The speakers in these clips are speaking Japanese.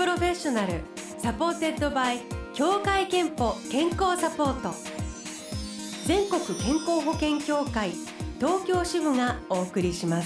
プロフェッショナルサポーテッドバイ協会憲法健康サポート、全国健康保険協会東京支部がお送りします。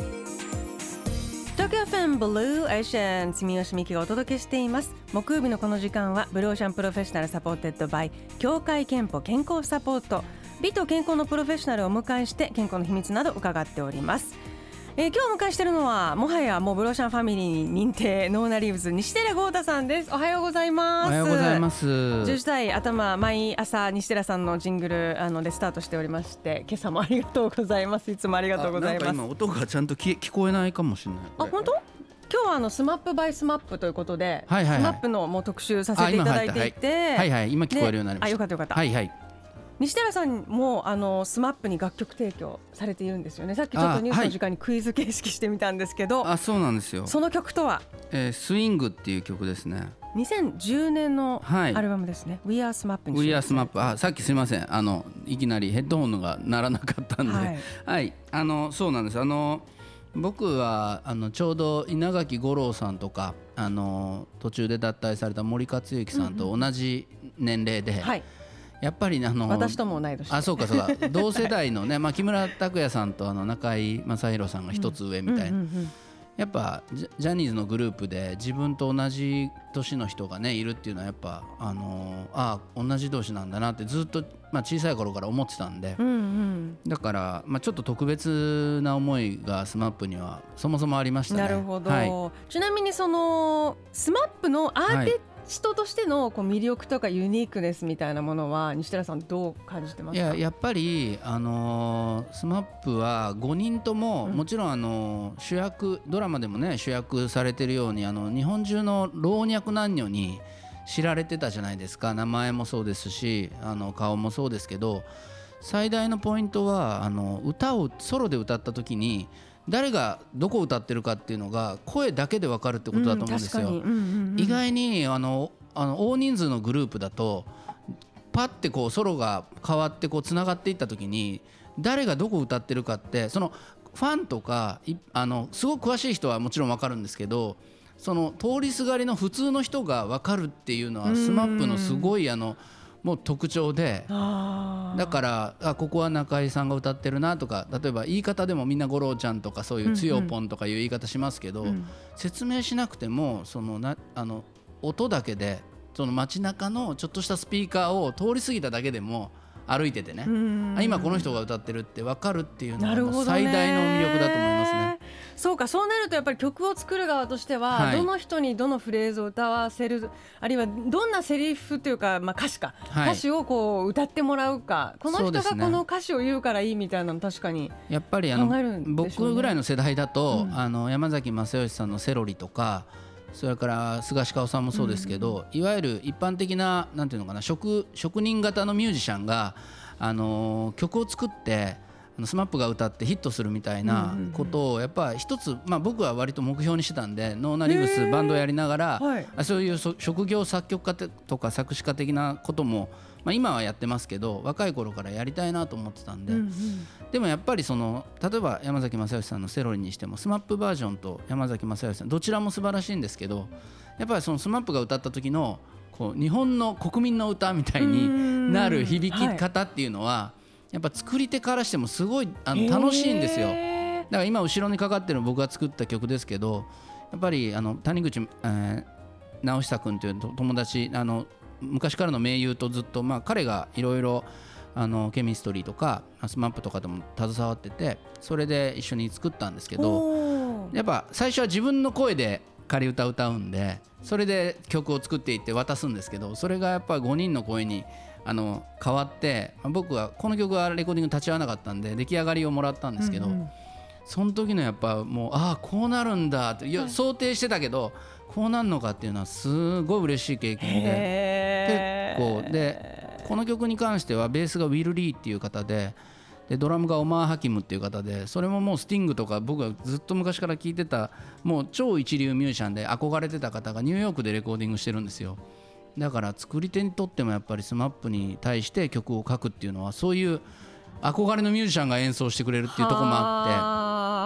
東京FMブルーエーシャン住吉美希がお届けしています。木曜日のこの時間はブルーオーシャンプロフェッショナルサポーテッドバイ協会憲法健康サポート、美と健康のプロフェッショナルをお迎えして健康の秘密など伺っております。今日お迎えしているのはもはやもうブルーオーシャンファミリーに認定ノーナリーブズ西寺豪太さんです。おはようございます。 おはようございます。 10時台頭毎朝西寺さんのジングルでスタートしておりまして、今朝もありがとうございます。いつもありがとうございます。 なんか今音がちゃんと聞こえないかもしれない。 あ、本当？今日はスマップバイスマップということで、 はいはいはい、 スマップのもう特集させていただいていて、 はいはい、今聞こえるようになりました。 よかったよかった。 はいはい。 西寺さんもスマップに楽曲提供されているんですよね。さっきちょっとニュースの時間にクイズ形式してみたんですけど、 そうなんですよ。 その曲とは、 スイングっていう曲ですね。 2010年のアルバムですね、We Are SMAP に We Are SMAP。 さっきすいません、いきなりヘッドホンが鳴らなかったんで、はい、そうなんです。僕はちょうど稲垣吾郎さんとか途中で脱退された森克行さんと同じ年齢で、はい、やっぱり私とも同い年で、 そうかそうか同世代のね、木村拓哉さんと中居正広さんが一つ上みたいな、やっぱジャニーズのグループで自分と同じ年の人がねいるっていうのはやっぱ同じ同士なんだなってずっと、小さい頃から思ってたんで、だから、ちょっと特別な思いがスマップにはそもそもありましたね。 なるほど、 はい、 ちなみにスマップのアーティストとしての魅力とかユニークネスみたいなものは西寺さんどう感じてますか？ やっぱりスマップは5人とも、もちろん主役ドラマでもね主役されてるように日本中の老若男女に知られてたじゃないですか。名前もそうですし顔もそうですけど、最大のポイントは歌をソロで歌った時に誰がどこを歌ってるかっていうのが声だけで分かるってことだと思うんですよ。意外に大人数のグループだとパッてソロが変わってつながっていった時に誰がどこを歌ってるかってそのファンとかすごく詳しい人はもちろん分かるんですけど、その通りすがりの普通の人が分かるっていうのはスマップのすごいもう特徴で、だからここは中居さんが歌ってるなとか、例えば言い方でもみんな五郎ちゃんとかそういうつよぽんとかいう言い方しますけど、説明しなくても音だけでその街中のちょっとしたスピーカーを通り過ぎただけでも歩いててね、今この人が歌ってるって分かるっていうのが最大の魅力だと思いますね。 そうか、そうなるとやっぱり曲を作る側としては、どの人にどのフレーズを歌わせる、あるいはどんなセリフというか、歌詞を歌ってもらうか、この人がこの歌詞を言うからいいみたいなの確かにやっぱり僕ぐらいの世代だと、山崎正義さんのセロリとか、それから菅氏川さんもそうですけど、いわゆる一般的ななんていうのかな、職人型のミュージシャンが曲を作ってスマップが歌ってヒットするみたいなことをやっぱ一つ、僕は割と目標にしてたんで、ノーナリブスバンドをやりながら、そういう職業作曲家とか作詞家的なことも、今はやってますけど若い頃からやりたいなと思ってたんで、でもやっぱり例えば山崎正義さんのセロリにしてもスマップバージョンと山崎正義さんどちらも素晴らしいんですけど、やっぱりスマップが歌った時の日本の国民の歌みたいになる響き方っていうのは、やっぱ作り手からしてもすごい楽しいんですよ。だから今後ろにかかってるの僕が作った曲ですけど、やっぱり谷口直久君という友達、昔からの盟友とずっと、彼がいろいろケミストリーとかスマップとかでも携わってて、それで一緒に作ったんですけど、やっぱ最初は自分の声で仮歌歌うんで、それで曲を作っていって渡すんですけど、それがやっぱ5人の声に変わって、僕はこの曲はレコーディング立ち会わなかったんで出来上がりをもらったんですけど、その時のやっぱもうこうなるんだって想定してたけど、こうなるのかっていうのはすごい嬉しい経験で、結構でこの曲に関してはベースがウィル・リーっていう方でドラムがオマー・ハキムっていう方で、それももうスティングとか僕がずっと昔から聴いてたもう超一流ミュージシャンで憧れてた方がニューヨークでレコーディングしてるんですよ。だから作り手にとってもやっぱりスマップに対して曲を書くっていうのはそういう憧れのミュージシャンが演奏してくれるっていうところもあって、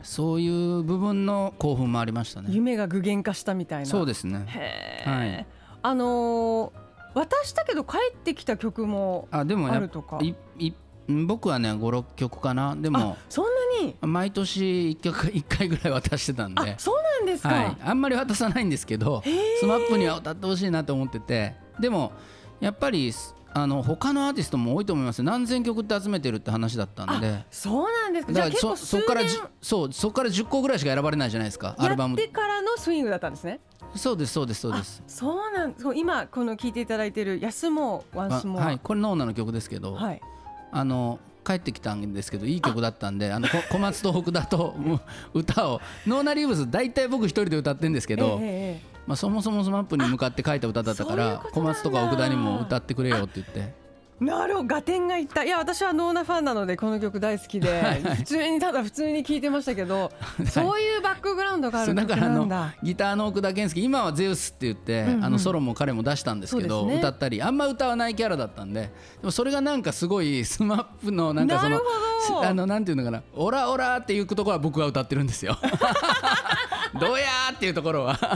そういう部分の興奮もありましたね。 夢が具現化したみたいな。 そうですね。はい、 渡したけど帰ってきた曲もあるとか。 僕はね 5,6 曲かな。でもそんなに毎年1回ぐらい渡してたんで。 そうなんですか。 はい、あんまり渡さないんですけど、スマップには歌ってほしいなと思ってて、でもやっぱり他のアーティストも多いと思います。何千曲って集めてるって話だったんで。 そうなんですか。 だからじゃあ結構数年そこから10個ぐらいしか選ばれないじゃないですか、アルバムやってからのスイングだったんですね。 そうですそうですそうです。 そうなんです。今この聴いていただいている安もワンスモア、 はい、これノーナの曲ですけど、はい、帰ってきたんですけどいい曲だったんで、小松と奥田と歌をノーナリーブス大体僕一人で歌ってるんですけど、そもそもスマップに向かって書いた歌だったから小松とか奥田にも歌ってくれよって言って。 なるほど、合点がいった。いや私はノーナファンなのでこの曲大好きで普通に聴いてましたけど、そういうバックグラウンドがある曲なんだ。 ギターの奥田健介、今はゼウスって言って、ソロも彼も出したんですけど、歌ったりあんま歌わないキャラだったんで、でもそれがなんかすごいスマップのなんかなんていうのかな、オラオラっていうところは僕は歌ってるんですよどうやーっていうところは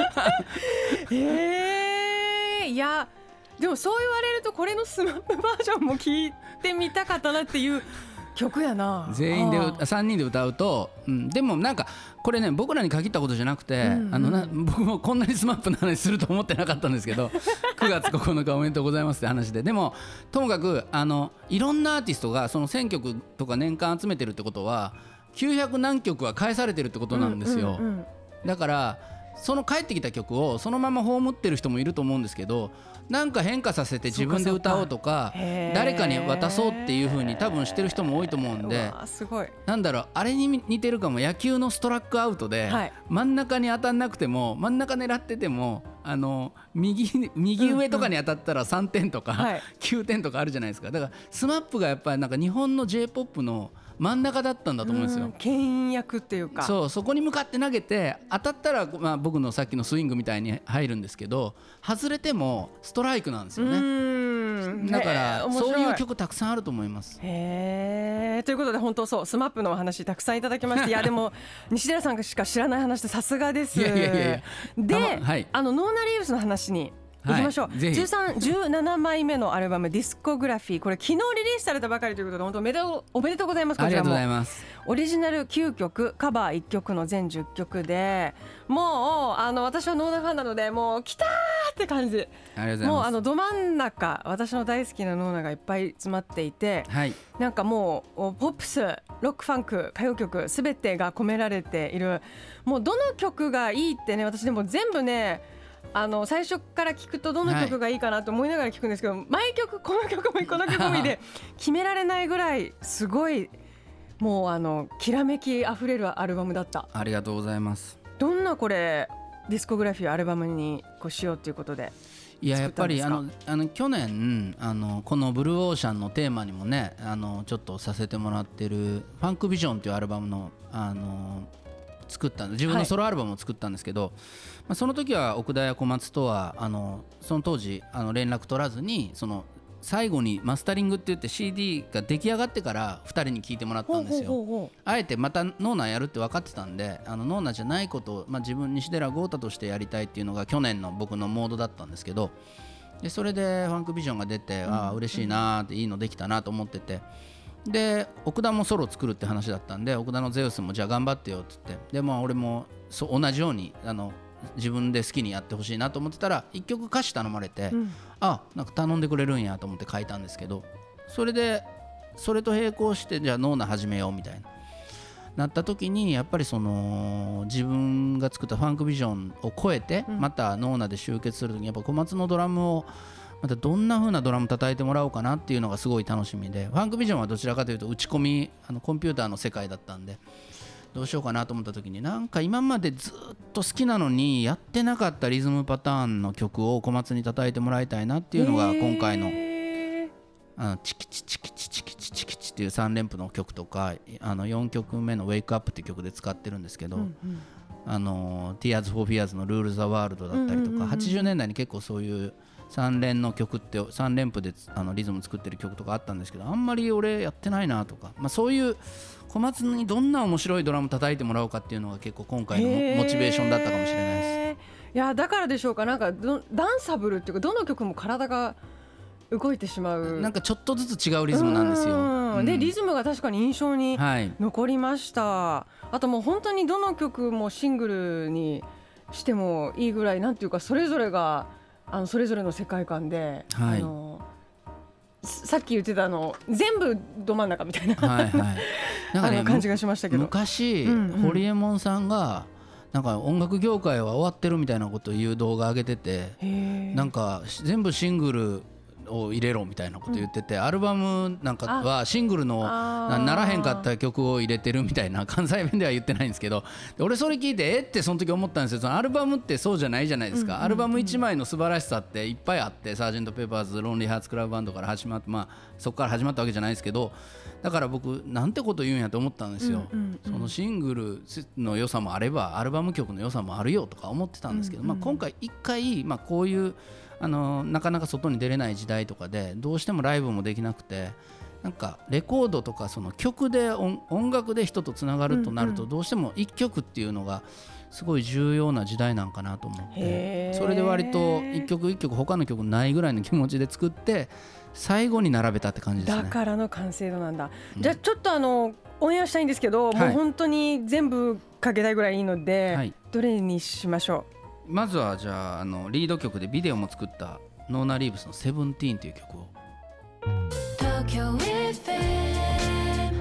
いやでもそう言われるとこれのスマップバージョンも聞いてみたかったなっていう曲やな。 全員で3人で歌うと、でもなんかこれね僕らに限ったことじゃなくて、僕もこんなにスマップの話すると思ってなかったんですけど9月9日おめでとうございますって話で、でもともかくいろんなアーティストがその1000曲とか年間集めてるってことは900何曲は返されてるってことなんですよ。だからその帰ってきた曲をそのまま葬ってる人もいると思うんですけど、なんか変化させて自分で歌おうとか誰かに渡そうっていう風に多分してる人も多いと思うんで、なんだろう、あれに似てるかも。野球のストラックアウトで真ん中に当たんなくても真ん中狙ってても右上とかに当たったら3点とか9点とかあるじゃないですか。だからスマップがやっぱりなんか日本の J-POP の真ん中だったんだと思うんですよ。 牽引役っていうか、 そこに向かって投げて当たったら、僕のさっきのスイングみたいに入るんですけど、外れてもストライクなんですよね。だからそういう曲たくさんあると思います。 ということで本当そうスマップのお話たくさんいただきましていやでも西寺さんしか知らない話でさすがです。で、ノーナリーブスの話に行きましょう。17枚目のアルバムディスコグラフィー、これ昨日リリースされたばかりということで本当おめでとうございます。 ありがとうございます。 オリジナル9曲カバー1曲の全10曲で、もう私はノーナファンなのでもう来たーって感じ。 ありがとうございます。 もうど真ん中、私の大好きなノーナがいっぱい詰まっていて、なんかもうポップス、ロック、ファンク、歌謡曲すべてが込められている。もうどの曲がいいってね、私でも全部ね最初から聞くとどの曲がいいかなと思いながら聞くんですけど、毎曲この曲もいいこの曲もいいで決められないぐらいすごいもうきらめきあふれるアルバムだった。 ありがとうございます。 どんなこれディスコグラフィーアルバムにしようということで。 やっぱり去年このブルーオーシャンのテーマにもねちょっとさせてもらってるファンクビジョンというアルバムの作った自分のソロアルバムを作ったんですけど、その時は奥田や小松とはその当時連絡取らずに、その最後にマスタリングって言って CD が出来上がってから2人に聴いてもらったんですよ。あえてまたノーナやるって分かってたんでノーナじゃないことを、自分西寺豪太としてやりたいっていうのが去年の僕のモードだったんですけど、でそれでファンクビジョンが出て、嬉しいなっていいのできたなと思ってて、で奥田もソロ作るって話だったんで、奥田のゼウスもじゃあ頑張ってよって言って、で俺も同じように自分で好きにやってほしいなと思ってたら1曲歌詞頼まれて、なんか頼んでくれるんやと思って書いたんですけど、それと並行してじゃあノーナ始めようみたいなった時に、やっぱり自分が作ったファンクビジョンを超えてまたノーナで集結する時にやっぱ小松のドラムをまたどんな風なドラム叩いてもらおうかなっていうのがすごい楽しみで、ファンクビジョンはどちらかというと打ち込みコンピューターの世界だったんで、どうしようかなと思った時になんか今までずっと好きなのにやってなかったリズムパターンの曲を小松に叩いてもらいたいなっていうのが今回のチキチチキチチキチチキチっていう3連符の曲とか4曲目の Wake Up っていう曲で使ってるんですけど、Tears for Fears の Rule the World だったりとか、80年代に結構そういう 3連の曲って3連符でリズム作ってる曲とかあったんですけど、あんまり俺やってないなとか、そういう小松にどんな面白いドラム叩いてもらおうかっていうのが結構今回のモチベーションだったかもしれないです。 いやだからでしょうか、なんかダンサブルっていうかどの曲も体が動いてしまう、 なんかちょっとずつ違うリズムなんですよ。 でリズムが確かに印象に残りました、はい、あともう本当にどの曲もシングルにしてもいいぐらい、なんていうかそれぞれがそれぞれの世界観で、はい、さっき言ってた全部ど真ん中みたいな、はいはい、なんかね、感じがしましたけど、 昔、ホリエモンさんがなんか音楽業界は終わってるみたいなことを言う動画上げてて、なんか全部シングルを入れろみたいなこと言ってて、アルバムなんかはシングルのならへんかった曲を入れてるみたいな、関西弁では言ってないんですけど、俺それ聞いてってその時思ったんですよ。そのアルバムってそうじゃないじゃないですか。アルバム1枚の素晴らしさっていっぱいあって、サージェント・ペーパーズ、ロンリー・ハーツ・クラブ・バンドから始まって、そこから始まったわけじゃないですけど、だから僕なんてこと言うんやと思ったんですよ。そのシングルの良さもあればアルバム曲の良さもあるよとか思ってたんですけど、今回一回、こういうなかなか外に出れない時代とかでどうしてもライブもできなくて、なんかレコードとかその曲で音楽で人とつながるとなると、どうしても一曲っていうのがすごい重要な時代なんかなと思って、それで割と一曲一曲他の曲ないぐらいの気持ちで作って最後に並べたって感じですね。 だからの完成度なんだ、じゃあちょっとオンエアしたいんですけど、もう本当に全部かけたいぐらいいいので、どれにしましょう。 まずはじゃあリード曲でビデオも作ったノーナ・リーブスのセブンティーンという曲を。東京 FM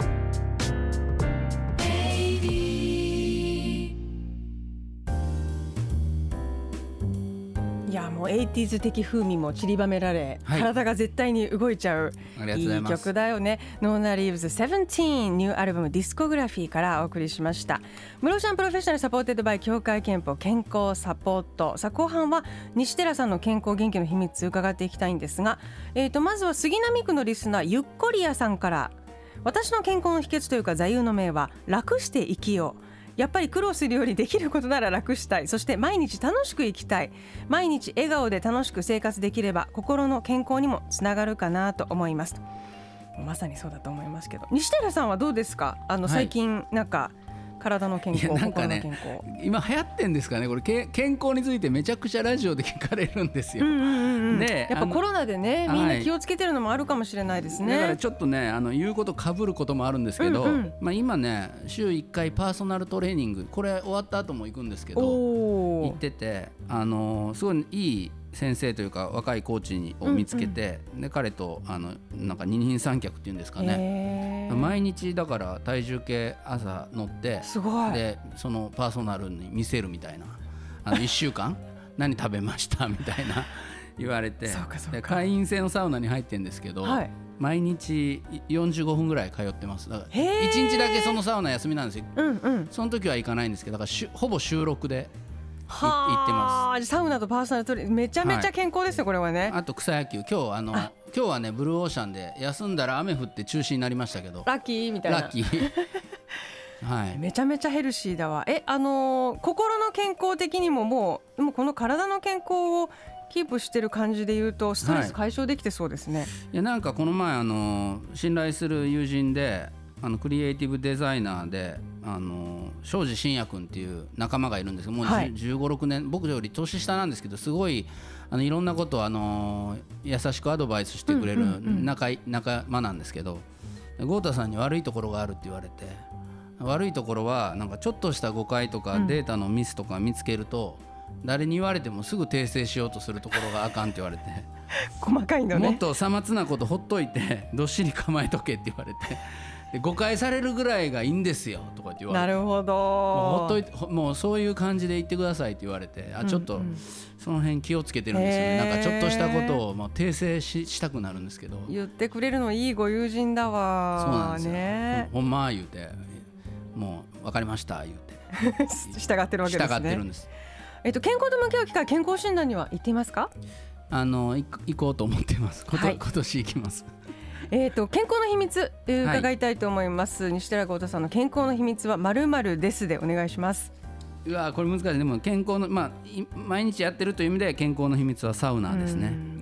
いやもう 80s 的風味も散りばめられ、体が絶対に動いちゃういい曲だよね。ノーナ・リーブス17ニューアルバムディスコグラフィーからお送りしました。ムロシャンプロフェッショナルサポーテッドバイ協会憲法健康サポート。さあ後半は西寺さんの健康元気の秘密伺っていきたいんですが、まずは杉並区のリスナーゆっこりやさんから、私の健康の秘訣というか座右の銘は楽して生きよう。やっぱり苦労するよりできることなら楽したい。そして毎日楽しく生きたい。毎日笑顔で楽しく生活できれば心の健康にもつながるかなと思います。まさにそうだと思いますけど、西寺さんはどうですか？最近なんか体の健康、心の健康、 今流行ってんですかねこれ。健康についてめちゃくちゃラジオで聞かれるんですよ。 でやっぱコロナでね、みんな気をつけてるのもあるかもしれないですね。 だからちょっとね言うことかぶることもあるんですけど、今ね週1回パーソナルトレーニング、これ終わった後も行くんですけど行ってて、すごいいい先生というか若いコーチを見つけて、で彼となんか二人三脚っていうんですかね、毎日だから体重計朝乗って、 すごいでそのパーソナルに見せるみたいな、1週間何食べましたみたいな言われて、で会員制のサウナに入ってるんですけど、毎日45分ぐらい通ってます。だから1日だけそのサウナ休みなんですよ。その時は行かないんですけど、だからほぼ週6で行ってます。 サウナとパーソナルトレーニングめちゃめちゃ健康ですね、これはね。 あと草野球、今日はねブルーオーシャンで休んだら雨降って中止になりましたけど、 ラッキーみたいな。 ラッキーめちゃめちゃヘルシーだわ。心の健康的にももうこの体の健康をキープしてる感じで言うとストレス解消できてそうですね。 いやなんかこの前信頼する友人でクリエイティブデザイナーで庄司信也君っていう仲間がいるんですけど、もう15、6年僕より年下なんですけど、すごいいろんなことを優しくアドバイスしてくれる仲間なんですけど、豪太さんに悪いところがあるって言われて、悪いところはなんかちょっとした誤解とかデータのミスとか見つけると、誰に言われてもすぐ訂正しようとするところがあかんって言われて細かいのね。 もっとさまつなことほっといてどっしり構えとけって言われて、で誤解されるぐらいがいいんですよとかって言われて、 なるほど、 もうほっといて、もうそういう感じで言ってくださいって言われて、ちょっとその辺気をつけてるんですよね。なんかちょっとしたことを訂正したくなるんですけど、 言ってくれるのいいご友人だわ。 そうなんですよ、 ね、 ほんま言うて、もう分かりました言うて従ってるわけですね。 従ってるんです。 健康と向き合う機会、健康診断には行っていますか？ 行こうと思っています。今年行きます。 健康の秘密伺いたいと思います。西寺豪太さんの健康の秘密は〇〇ですでお願いします。 うわこれ難しい。でも健康の、毎日やってるという意味で健康の秘密はサウナですね。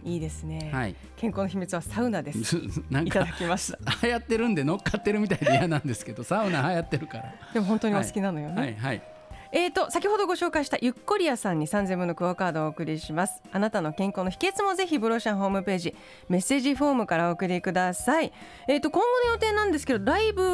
いいですね、 はい、 健康の秘密はサウナですなんかいただきました。 流行ってるんで乗っかってるみたいで嫌なんですけどサウナ流行ってるからでも本当にお好きなのよね。 はいはいはい。 先ほどご紹介したゆっこりやさんに3000分のクオカードをお送りします。あなたの健康の秘訣もぜひブロシャンホームページメッセージフォームからお送りください。今後の予定なんですけど、ライブ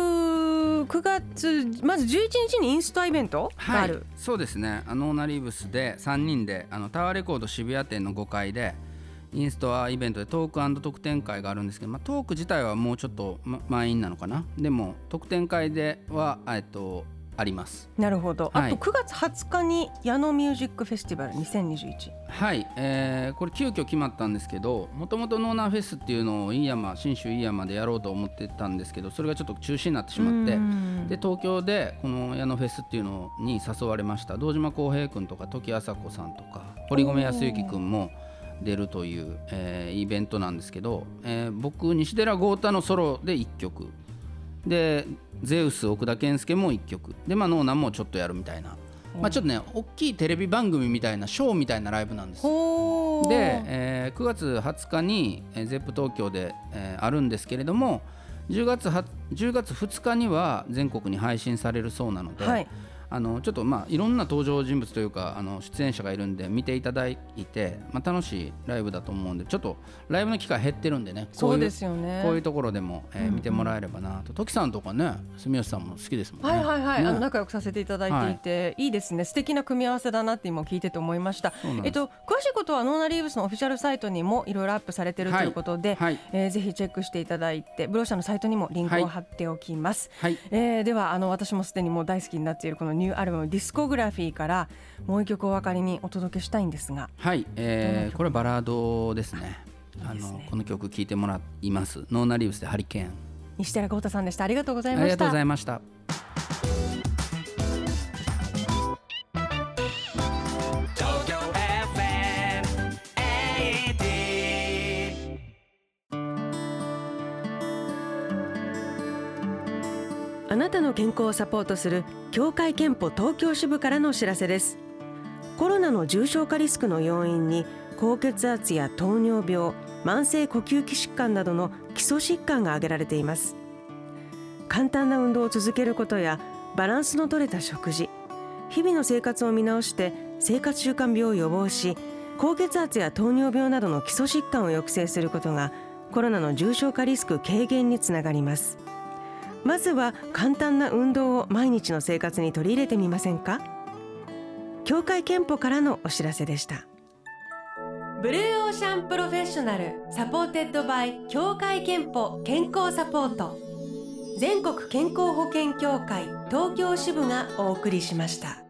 9月まず11日にインスタイベントがある、 はい、そうですね。ノーナリーブスで3人でタワーレコード渋谷店の5階でインストアイベントでトーク特典会があるんですけど、トーク自体はもうちょっと、満員なのかな。でも特典会ではあります。 なるほど、 はい、 あと9月20日に矢野ミュージックフェスティバル2021、 はい、これ急遽決まったんですけど、もともとノーナーフェスっていうのを信州飯山でやろうと思ってたんですけど、それがちょっと中止になってしまって、で東京でこの矢野フェスっていうのに誘われました。堂島康平君とか時あさこさんとか堀米康之君も出るという、イベントなんですけど、僕西寺豪太のソロで1曲でゼウス奥田健介も1曲で、ノーナもちょっとやるみたいな、ちょっとね大きいテレビ番組みたいなショーみたいなライブなんです。で、9月20日にゼップ東京で、あるんですけれども、10月2日には全国に配信されるそうなので、はい、ちょっといろんな登場人物というか出演者がいるんで見ていただいて、楽しいライブだと思うんで、ちょっとライブの機会減ってるんでね、 そうですよね、 こういうところでも、見てもらえればなと。時さんとかね、住吉さんも好きですもんね。 はいはいはい、 ね、 仲良くさせていただいていて、はい、いいですね。素敵な組み合わせだなって今聞いてて思いました。詳しいことはノーナリーブスのオフィシャルサイトにもいろいろアップされているということで、はいはい、ぜひチェックしていただいて、ブローシャのサイトにもリンクを貼っておきます、はいはい。では私もすでにもう大好きになっているこのニューアルバムディスコグラフィーからもう一曲お分かりにお届けしたいんですが、 はい、これバラードですね。この曲聴いてもらいます。ノーナリーブスでハリケーン。 西寺豪太さんでした。ありがとうございました。 ありがとうございました。 あなたの健康をサポートする協会憲法東京支部からのお知らせです。コロナの重症化リスクの要因に高血圧や糖尿病、慢性呼吸器疾患などの基礎疾患が挙げられています。簡単な運動を続けることやバランスの取れた食事、日々の生活を見直して生活習慣病を予防し、高血圧や糖尿病などの基礎疾患を抑制することがコロナの重症化リスク軽減につながります。まずは簡単な運動を毎日の生活に取り入れてみませんか。協会憲法からのお知らせでした。ブルーオーシャンプロフェッショナルサポーテッドバイ協会憲法健康サポート、全国健康保険協会東京支部がお送りしました。